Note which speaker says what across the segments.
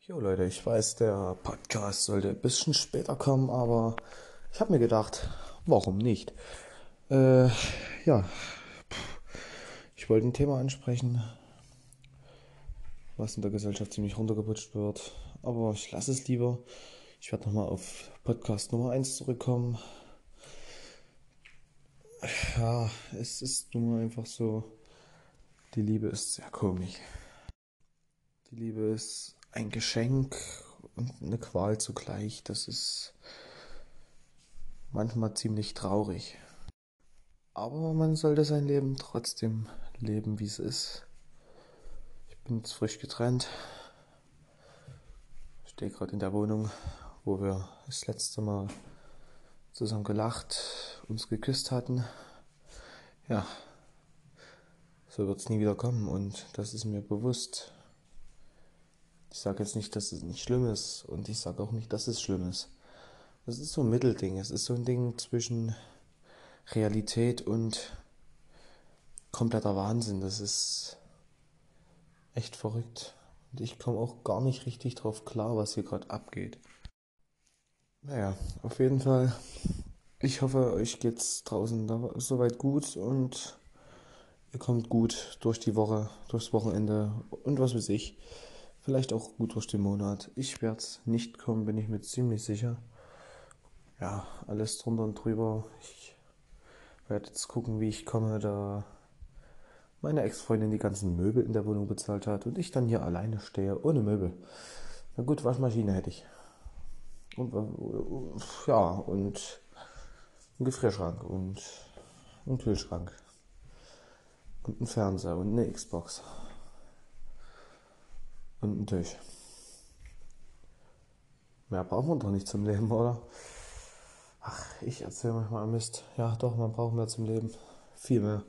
Speaker 1: Jo Leute, ich weiß, der Podcast sollte ein bisschen später kommen, aber ich habe mir gedacht, warum nicht? Äh, ja, ich wollte ein Thema ansprechen, was in der Gesellschaft ziemlich runtergeputscht wird, aber ich lasse es lieber. Ich werde nochmal auf Podcast Nummer 1 zurückkommen. Ja, es ist nun mal einfach so, die Liebe ist sehr komisch. Die Liebe ist ein Geschenk und eine Qual zugleich. Das ist manchmal ziemlich traurig. Aber man sollte sein Leben trotzdem leben, wie es ist. Ich bin jetzt frisch getrennt. Stehe gerade in der Wohnung, wo wir das letzte Mal zusammen gelacht, uns geküsst hatten. Ja, so wird es nie wieder kommen und das ist mir bewusst. Ich sage jetzt nicht, dass es nicht schlimm ist und ich sage auch nicht, dass es schlimm ist. Es ist so ein Mittelding. Es ist so ein Ding zwischen Realität und kompletter Wahnsinn. Das ist echt verrückt. Und ich komme auch gar nicht richtig drauf klar, was hier gerade abgeht. Naja, auf jeden Fall. Ich hoffe, euch geht's draußen soweit gut und ihr kommt gut durch die Woche, durchs Wochenende und was weiß ich. Vielleicht auch gut durch den Monat. Ich werde es nicht kommen, bin ich mir ziemlich sicher. Ja, alles drunter und drüber. Ich werde jetzt gucken, wie ich komme, da meine Ex-Freundin die ganzen Möbel in der Wohnung bezahlt hat und ich dann hier alleine stehe, ohne Möbel. Na gut, Waschmaschine hätte ich. Und ja, und einen Gefrierschrank und einen Kühlschrank und einen Fernseher und eine Xbox und einen Tisch. Mehr braucht man doch nicht zum Leben, oder? Ach, ich erzähle manchmal Mist. Ja, doch, man braucht mehr zum Leben. Viel mehr.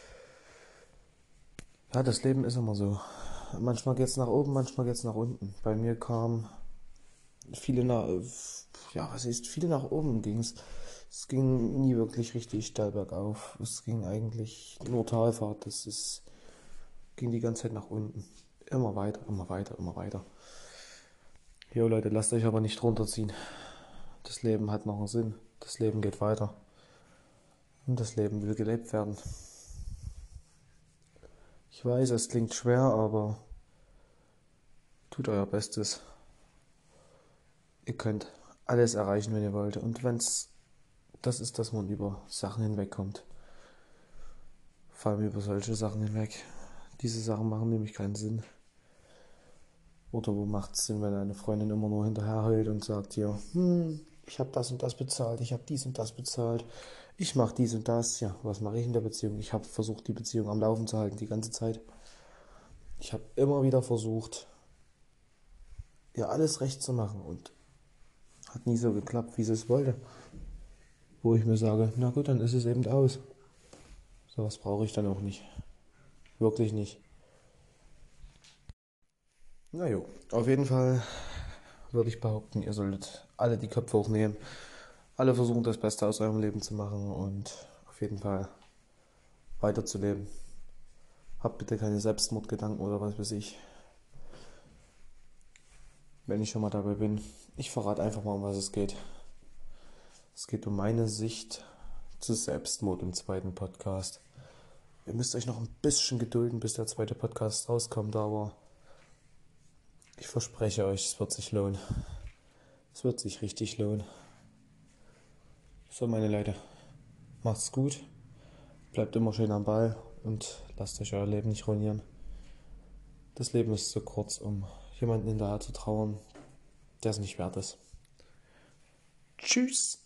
Speaker 1: Ja, das Leben ist immer so. Manchmal geht's nach oben, manchmal geht's nach unten. Bei mir kam viele nach, ja, was ist, viele nach oben ging's. Es ging nie wirklich richtig steil bergauf. Es ging eigentlich nur Talfahrt. Ging die ganze Zeit nach unten. Immer weiter, immer weiter, immer weiter. Jo Leute, lasst euch aber nicht runterziehen. Das Leben hat noch einen Sinn. Das Leben geht weiter. Und das Leben will gelebt werden. Ich weiß, es klingt schwer, aber tut euer Bestes. Ihr könnt alles erreichen, wenn ihr wollt. Und wenn's das ist, dass man über Sachen hinwegkommt. Vor allem über solche Sachen hinweg. Diese Sachen machen nämlich keinen Sinn. Oder wo macht es Sinn, wenn eine Freundin immer nur hinterher heult und sagt, ja, ich habe das und das bezahlt, ich habe dies und das bezahlt, ich mache dies und das. Ja, was mache ich in der Beziehung? Ich habe versucht, die Beziehung am Laufen zu halten, die ganze Zeit. Ich habe immer wieder versucht, ihr alles recht zu machen und hat nie so geklappt, wie sie es wollte. Wo ich mir sage, na gut, dann ist es eben aus. Sowas brauche ich dann auch nicht. Wirklich nicht. Na jo, auf jeden Fall würde ich behaupten, ihr solltet alle die Köpfe hochnehmen, alle versuchen, das Beste aus eurem Leben zu machen und auf jeden Fall weiterzuleben. Habt bitte keine Selbstmordgedanken oder was weiß ich. Wenn ich schon mal dabei bin, ich verrate einfach mal, um was es geht. Es geht um meine Sicht zu Selbstmord im zweiten Podcast. Ihr müsst euch noch ein bisschen gedulden, bis der zweite Podcast rauskommt, aber ich verspreche euch, es wird sich lohnen. Es wird sich richtig lohnen. So, meine Leute, macht's gut, bleibt immer schön am Ball und lasst euch euer Leben nicht ruinieren. Das Leben ist zu kurz, um jemanden hinterher zu trauern, der es nicht wert ist. Tschüss!